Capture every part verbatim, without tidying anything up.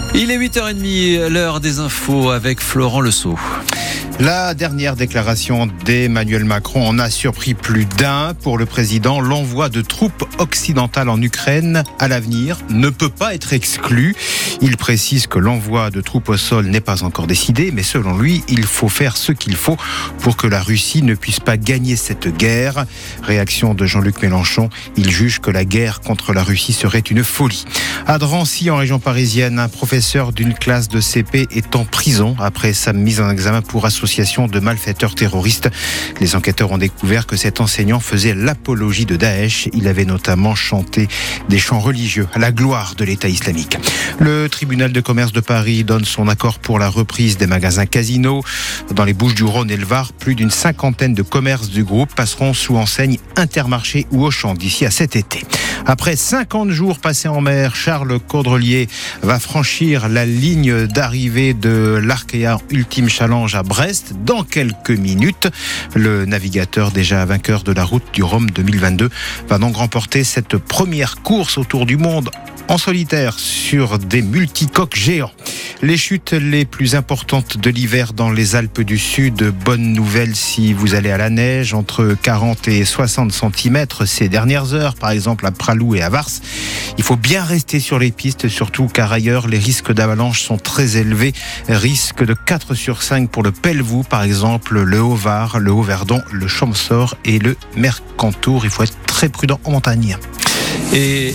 Il est huit heures trente, l'heure des infos avec Florent Lesseau. La dernière déclaration d'Emmanuel Macron en a surpris plus d'un. Pour le président, l'envoi de troupes occidentales en Ukraine à l'avenir ne peut pas être exclu. Il précise que l'envoi de troupes au sol n'est pas encore décidé, mais selon lui, il faut faire ce qu'il faut pour que la Russie ne puisse pas gagner cette guerre. Réaction de Jean-Luc Mélenchon, il juge que la guerre contre la Russie serait une folie. À Drancy, en région parisienne, un professeur d'une classe de C P est en prison après sa mise en examen pour association de malfaiteurs terroristes. Les enquêteurs ont découvert que cet enseignant faisait l'apologie de Daesh. Il avait notamment chanté des chants religieux à la gloire de l'État islamique. Le tribunal de commerce de Paris donne son accord pour la reprise des magasins Casino. Dans les Bouches-du-Rhône et le Var, plus d'une cinquantaine de commerces du groupe passeront sous enseigne Intermarché ou Auchan d'ici à cet été. Après cinquante jours passés en mer, Charles Caudrelier va franchir la ligne d'arrivée de l'Arkea Ultime Challenge à Brest dans quelques minutes. Le navigateur déjà vainqueur de la route du Rhum deux mille vingt-deux va donc remporter cette première course autour du monde en solitaire sur des multicoques géants. Les chutes les plus importantes de l'hiver dans les Alpes du Sud. Bonne nouvelle si vous allez à la neige, entre quarante et soixante centimètres ces dernières heures, par exemple à Pralou et à Vars. Il faut bien rester sur les pistes, surtout car ailleurs les risques d'avalanche sont très élevés. Risque de quatre sur cinq pour le Pelvoux, par exemple, le Haut-Var, le Haut-Verdon, le Champsaur et le Mercantour. Il faut être très prudent en montagne. Et...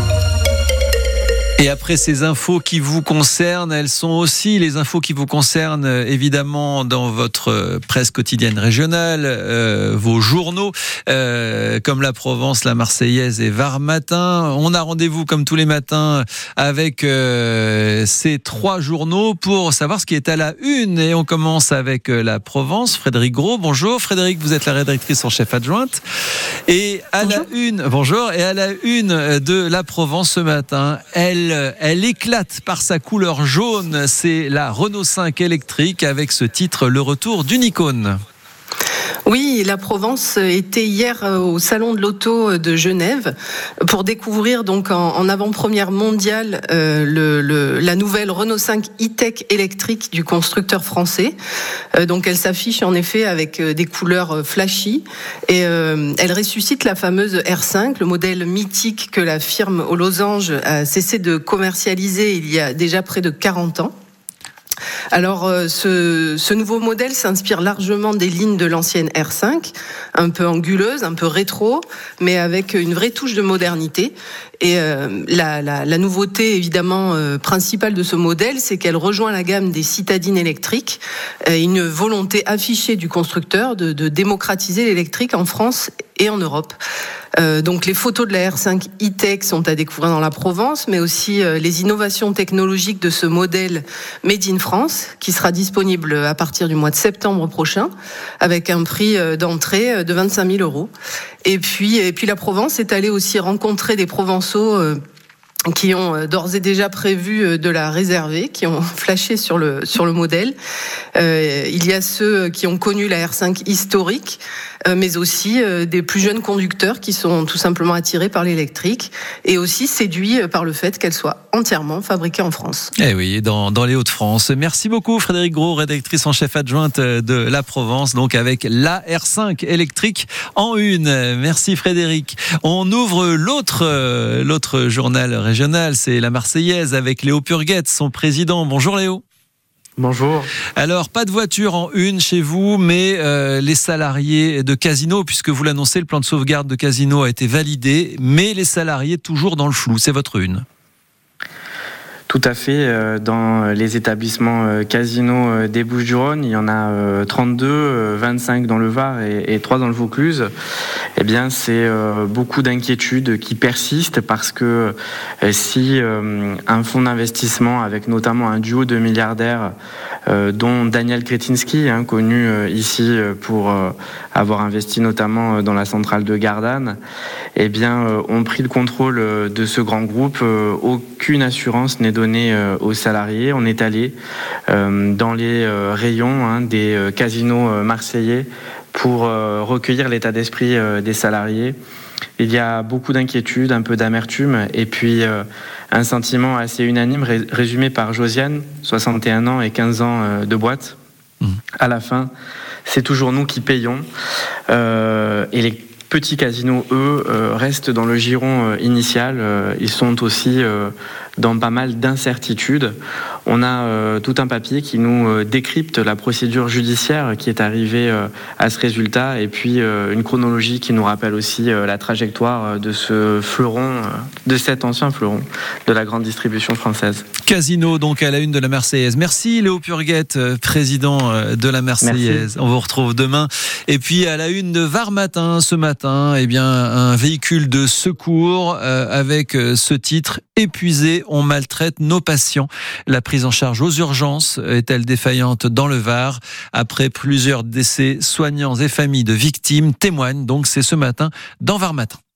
Et après ces infos qui vous concernent, elles sont aussi les infos qui vous concernent évidemment dans votre presse quotidienne régionale, euh, vos journaux euh, comme La Provence, La Marseillaise et Var Matin. On a rendez-vous comme tous les matins avec euh, ces trois journaux pour savoir ce qui est à la une. Et on commence avec La Provence. Frédéric Gros, bonjour. Frédéric, vous êtes la rédactrice en chef adjointe. Et à bonjour. la une, bonjour. Et à la une de La Provence ce matin, elle Elle éclate par sa couleur jaune. C'est la Renault cinq électrique avec ce titre, le retour d'une icône. Oui, la Provence était hier au Salon de l'Auto de Genève pour découvrir donc en, en avant-première mondiale euh, le, le, la nouvelle Renault cinq e-tech électrique du constructeur français. Euh, donc elle s'affiche en effet avec des couleurs flashy et euh, elle ressuscite la fameuse R cinq, le modèle mythique que la firme aux losanges a cessé de commercialiser il y a déjà près de quarante ans. Alors, ce, ce nouveau modèle s'inspire largement des lignes de l'ancienne R cinq, un peu anguleuse, un peu rétro, mais avec une vraie touche de modernité. Et euh, la, la, la nouveauté, évidemment, euh, principale de ce modèle, c'est qu'elle rejoint la gamme des citadines électriques, euh, une volonté affichée du constructeur de, de démocratiser l'électrique en France et en Europe. Euh, donc les photos de la R cinq e-tech sont à découvrir dans la Provence, mais aussi euh, les innovations technologiques de ce modèle Made in France, qui sera disponible à partir du mois de septembre prochain, avec un prix euh, d'entrée de vingt-cinq mille euros. Et puis, et puis la Provence est allée aussi rencontrer des Provençaux euh, qui ont d'ores et déjà prévu de la réserver, qui ont flashé sur le, sur le modèle. Euh, il y a ceux qui ont connu la R cinq historique, euh, mais aussi euh, des plus jeunes conducteurs qui sont tout simplement attirés par l'électrique et aussi séduits par le fait qu'elle soit entièrement fabriquée en France. Eh oui, dans, dans les Hauts-de-France. Merci beaucoup Frédéric Gros, rédactrice en chef adjointe de La Provence, donc avec la R cinq électrique en une. Merci Frédéric. On ouvre l'autre, euh, l'autre journal régional, c'est La Marseillaise avec Léo Purguette, son président. Bonjour Léo. Bonjour. Alors, pas de voiture en une chez vous, mais euh, les salariés de Casino, puisque vous l'annoncez, le plan de sauvegarde de Casino a été validé, mais les salariés toujours dans le flou, c'est votre une. Tout à fait. Dans les établissements Casino des Bouches-du-Rhône, il y en a trente-deux, vingt-cinq dans le Var et trois dans le Vaucluse. Eh bien, c'est beaucoup d'inquiétudes qui persistent parce que si un fonds d'investissement avec notamment un duo de milliardaires, dont Daniel Kretinsky, hein, connu ici pour avoir investi notamment dans la centrale de Gardanne, eh bien, ont pris le contrôle de ce grand groupe, aucune assurance n'est donnée aux salariés. On est allé euh, dans les euh, rayons hein, des euh, casinos euh, marseillais pour euh, recueillir l'état d'esprit euh, des salariés. Il y a beaucoup d'inquiétude, un peu d'amertume et puis euh, Un sentiment assez unanime ré- résumé par Josiane, soixante et un ans et quinze ans euh, de boîte. Mmh. À la fin, c'est toujours nous qui payons. Euh, et les petits casinos, eux, euh, restent dans le giron euh, initial. Euh, ils sont aussi euh, dans pas mal d'incertitudes. On a euh, tout un papier qui nous euh, décrypte la procédure judiciaire qui est arrivée euh, à ce résultat, et puis euh, une chronologie qui nous rappelle aussi euh, la trajectoire de ce fleuron, euh, de cet ancien fleuron de la grande distribution française. Casino, donc à la une de la Marseillaise. Merci Léo Purguette, président de la Marseillaise. Merci. On vous retrouve demain. Et puis à la une de Var Matin, ce matin, eh bien, un véhicule de secours euh, avec ce titre « Épuisé, on maltraite nos patients ». La prise en charge aux urgences est-elle défaillante dans le Var? Après plusieurs décès, soignants et familles de victimes témoignent. Donc c'est ce matin dans Var Matin.